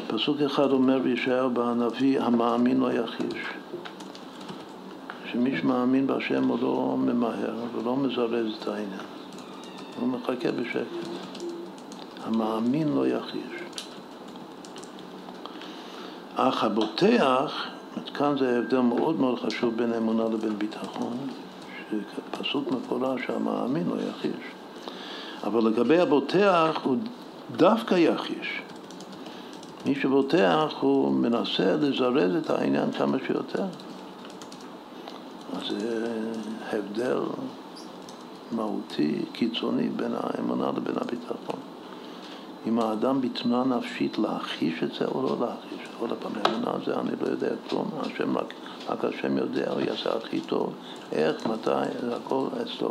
פסוק אחד אומר בישעיהו בנביא, המאמין לא יחיש. שמי שמאמין בהשם הוא לא ממהר ולא מזרז את העניין. הוא מחכה בשקט. המאמין לא יחיש. אך הבוטח, כאן זה הבדל מאוד מאוד חשוב בין אמונה לבין ביטחון, שפסוק מפורש שהמאמין לא יחיש. אבל לגבי הבוטח הוא דווקא יחיש. מי שבוטח הוא מנסה לזרז את העניין כמה שיותר. אז זה הבדל מהותי, קיצוני, בין האמונה לבין הביטחון. אם האדם בתנועה נפשית להחיש את זה או לא להחיש. כל הפעם האמונה זה אני לא יודע כלום, רק השם יודע, הוא יעשה הכי טוב, איך, מתי, זה הכל אצלו.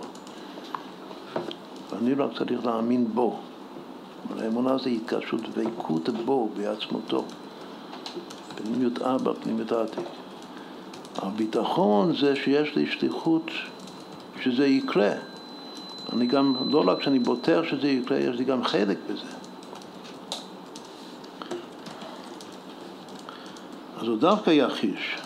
אני רק צריך להאמין בו. האמונה זה התקשרות דבקות בו, בעצמותו. פנימיות אבא, פנימיות עתיק. הביטחון זה שיש לי שליחות שזה יקרה. אני גם, לא רק שאני בוטח שזה יקרה, יש לי גם חלק בזה. אז הוא דווקא יחיש.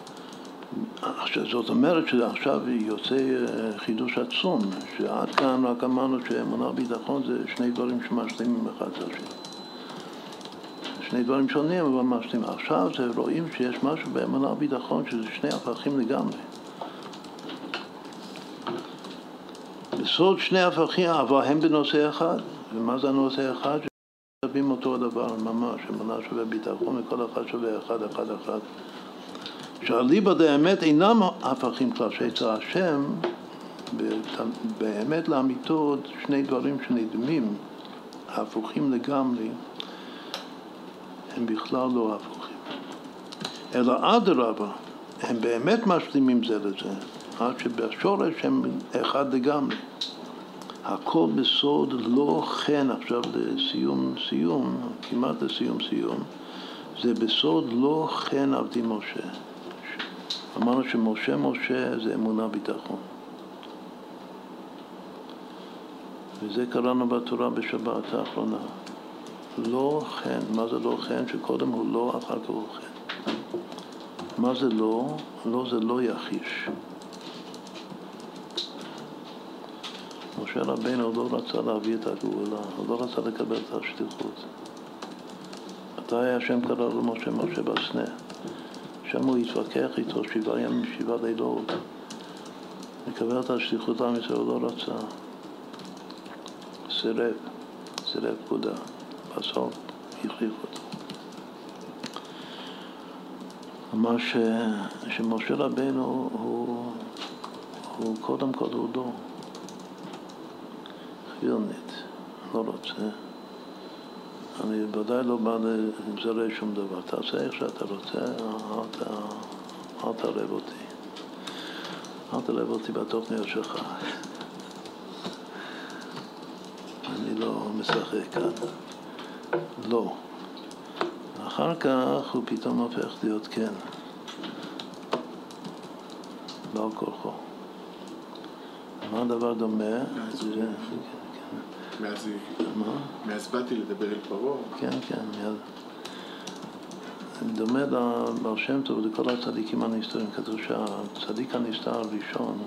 זאת אומרת שעכשיו יוצא חידוש עצום, שעד כאן רק אמרנו שאמונה וביטחון זה שני דברים שמשלימים אחד את השני. שני דברים שונים אבל משלימים. עכשיו זה רואים שיש משהו באמונה וביטחון שזה שני הפכים לגמרי. בסוד שני הפכים, אבל הם בנושא אחד. ומה זה הנושא אחד? ששווים אותו הדבר ממש, אמונה שווה ביטחון וכל אחד שווה אחד. שהליבה באמת אינם הפכים כלל, שאצל השם באמת לאמיתות שני דברים שנדמים הפוכים לגמרי, הם בכלל לא הפוכים. אלא אדרבה, הם באמת משלימים זה לזה, עד שבשורש הם אחד לגמרי. הכל בסוד לא כן, עכשיו לסיום, כמעט לסיום, זה בסוד לא כן עבדי משה. אמרנו שמשה זה אמונה ביטחון. וזה קראנו בתורה בשבת האחרונה. לא כן, מה זה לא כן? שקודם הוא לא, אחר כך הוא כן. מה זה לא? לא זה לא יחיש. משה רבינו לא רצה להביא את הגאולה, הוא לא רצה לקבל את השליחות. מתי השם קרא לו משה בסנה? שם הוא התווכח איתו 7 ימים, 7 לילות. לקבל את השליחות לעם ישראל, הוא לא רצה. סירב פקודה. בסוף הכריח אותו. אמר שמשה רבינו הוא קודם כל הוא לא. חילונית, לא רוצה. אני ודאי לא בא לזרע שום דבר. תעשה איך שאתה רוצה, אל תערב אותי. אל תערב אותי בתוכניות שלך. אני לא משחק כאן. לא. אחר כך הוא פתאום הופך להיות כן. בעל כורחו. מה הדבר דומה? מאז באתי לדבר אל פרעה. כן, מיד. דומה לבעל שם טוב ולכל הצדיקים הנסתרים. כתוב שהצדיק הנסתר הראשון,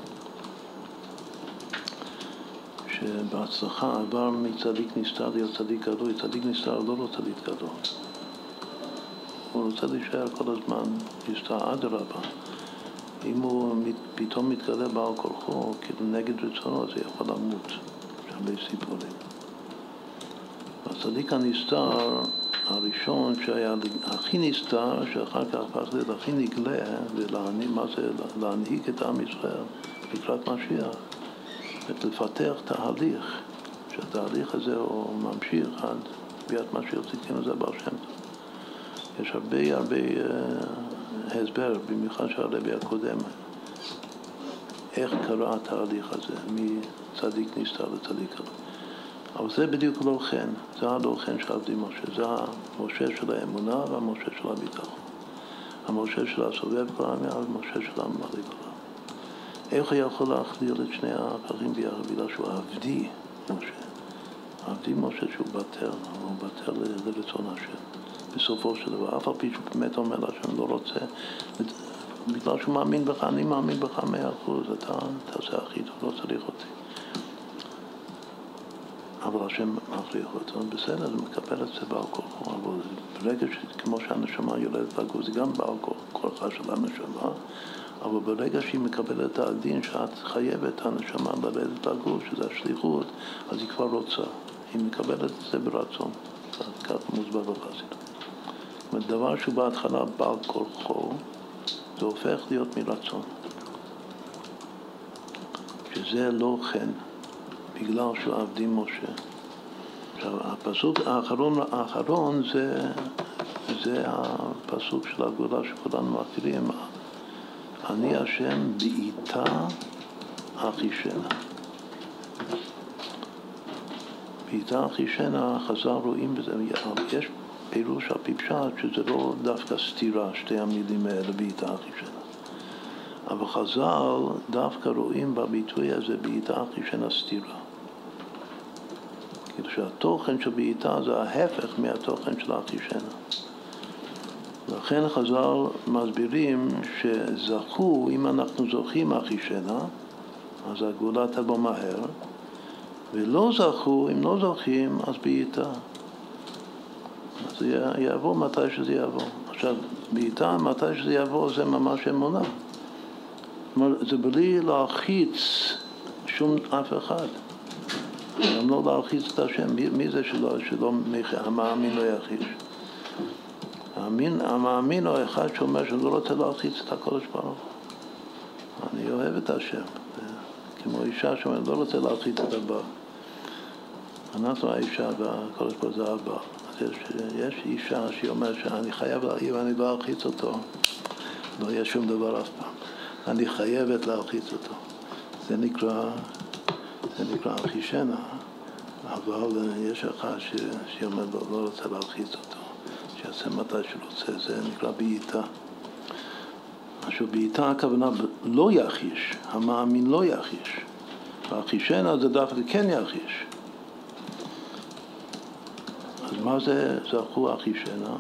שבהצלחה עבר מצדיק נסתר להיות צדיק גדול, צדיק נסתר לא צדיק גדול. הוא רוצה להישאר כל הזמן נסתר אדרבה. אם הוא פתאום מתגלה בעל כורחו, כאילו נגד רצונו, זה יכול למות. יש הרבה סיפורים. הצדיק הנסתר הראשון שהיה הכי נסתר, שאחר כך הפך להיות הכי נגלה, מה זה להנהיג את עם ישראל לקראת משיח. לפתח תהליך, שהתהליך הזה הוא ממשיך עד ביאת משיח צדקנו זה בעל שם טוב. יש הרבה הסבר, במיוחד שהרבי הקודם, איך קרה התהליך הזה, מצדיק נסתר לצדיק גדול. אבל זה בדיוק לא כן, זה הלא כן של עבדי משה, זה המשה של האמונה והמשה של הביטחון. המשה של הסובב כל העמים והמשה של המלא כל העמים. איך הוא יכול להכליל את שני הפכים ביחד? בגלל שהוא עבדי משה. עבדי משה שהוא בטל, הוא בטל לרצון השם. בסופו של דבר, אף על פי שהוא באמת אומר לה שאני לא רוצה, בגלל שהוא מאמין בך, אני מאמין בך 100%, אתה תעשה הכי טוב, לא צריך אותי. אבל השם מכריח אותו, בסדר, זה מקבל את זה בעל כוחו, אבל ברגע כמו שהנשמה יולדת לגוף, זה גם בעל כוחה של הנשמה, אבל ברגע שהיא מקבלת את הדין שאת חייבת הנשמה ללדת לגוף, שזה השליחות, אז היא כבר רוצה. היא מקבלת את זה ברצון. כך מוסבר בחסידות. זאת אומרת, דבר שהוא בהתחלה בעל כוחו, זה הופך להיות מרצון. שזה לא כן, בגלל שהוא עבדים משה. עכשיו, הפסוק האחרון זה הפסוק של הגאולה שכולנו מכירים. אני השם בעיתה אחישנה. בעיתה אחישנה, חז"ל רואים בזה, יש פירוש על פי פשט שזה לא דווקא סתירה, שתי המילים האלה, בעיתה אחישנה. אבל חז"ל דווקא רואים בביטוי הזה בעיתה אחישנה סתירה. כאילו שהתוכן של בעיתה זה ההפך מהתוכן של אחישנה. לכן חז"ל מסבירים שזכו, אם אנחנו זוכים אחישנה, אז הגאולה תבוא מהר, ולא זכו, אם לא זוכים, אז בעיתה. אז זה יעבור מתי שזה יעבור. עכשיו, בעיתה, מתי שזה יעבור, זה ממש אמונה. זה בלי להלחיץ שום אף אחד. גם לא להלחיץ את השם. מי זה שלא המאמין לא יחיש? המאמין הוא אחד שאומר שאני לא רוצה להלחיץ את הקודש ברוך הוא. אני אוהב את השם. כמו אישה שאומרת, לא רוצה להלחיץ את הבעל. אנחנו האישה והקודש ברוך זה הבעל. יש אישה שהיא אומרת שאני חייב להגיד ואני לא אלחיץ אותו. לא יהיה שום דבר אף פעם. אני חייבת להלחיץ אותו. זה נקרא אחישנה. אבל יש אחד שאומר לא רוצה להלחיץ אותו. שיעשה מתי שרוצה, זה נקרא בעיתה. עכשיו בעיתה הכוונה לא יחיש, המאמין לא יחיש. והחישנה זה דווקא כן יחיש. אז מה זה זכו אחישנה?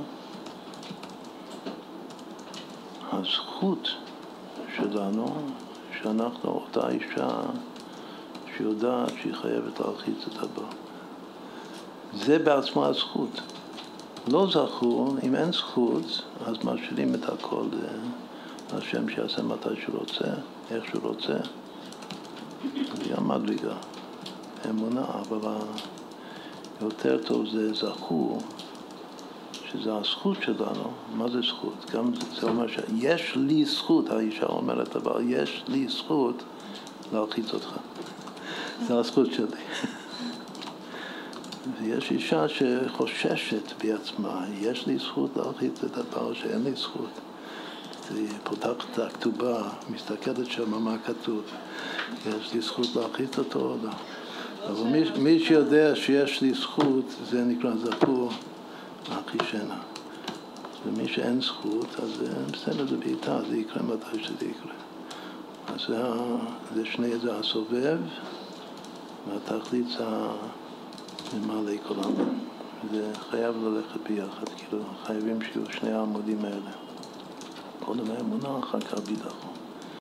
הזכות שלנו, שאנחנו אותה אישה שיודעת שהיא חייבת להלחיץ את הבעל. זה בעצמו הזכות. לא זכו, אם אין זכות, אז משאירים את הכל השם שיעשה מתי שרוצה, איך שרוצה. זה המדרגה, אמונה, אבל יותר טוב זה זכו, שזה הזכות שלנו. מה זה זכות? גם זה אומר שיש לי זכות, האישה אומרת, אבל יש לי זכות להלחיץ אותך. זה הזכות שלי. ויש אישה שחוששת בעצמה, יש לי זכות להלחיץ את הבעל שאין לי זכות. היא פותחת את הכתובה, מסתכלת שם מה כתוב. יש לי זכות להלחיץ אותו או לא. אבל מי שיודע שיש לי זכות, זה נקרא זכו אחישנה. ומי שאין זכות, אז בסדר, זה בעיתה, זה יקרה מתי שזה יקרה. אז זה שני, זה הסובב, והתכלית זה למעלה כל העם. זה חייב ללכת ביחד, כאילו חייבים שיהיו שני העמודים האלה. קודם האמונה, אחר כך ביטחון.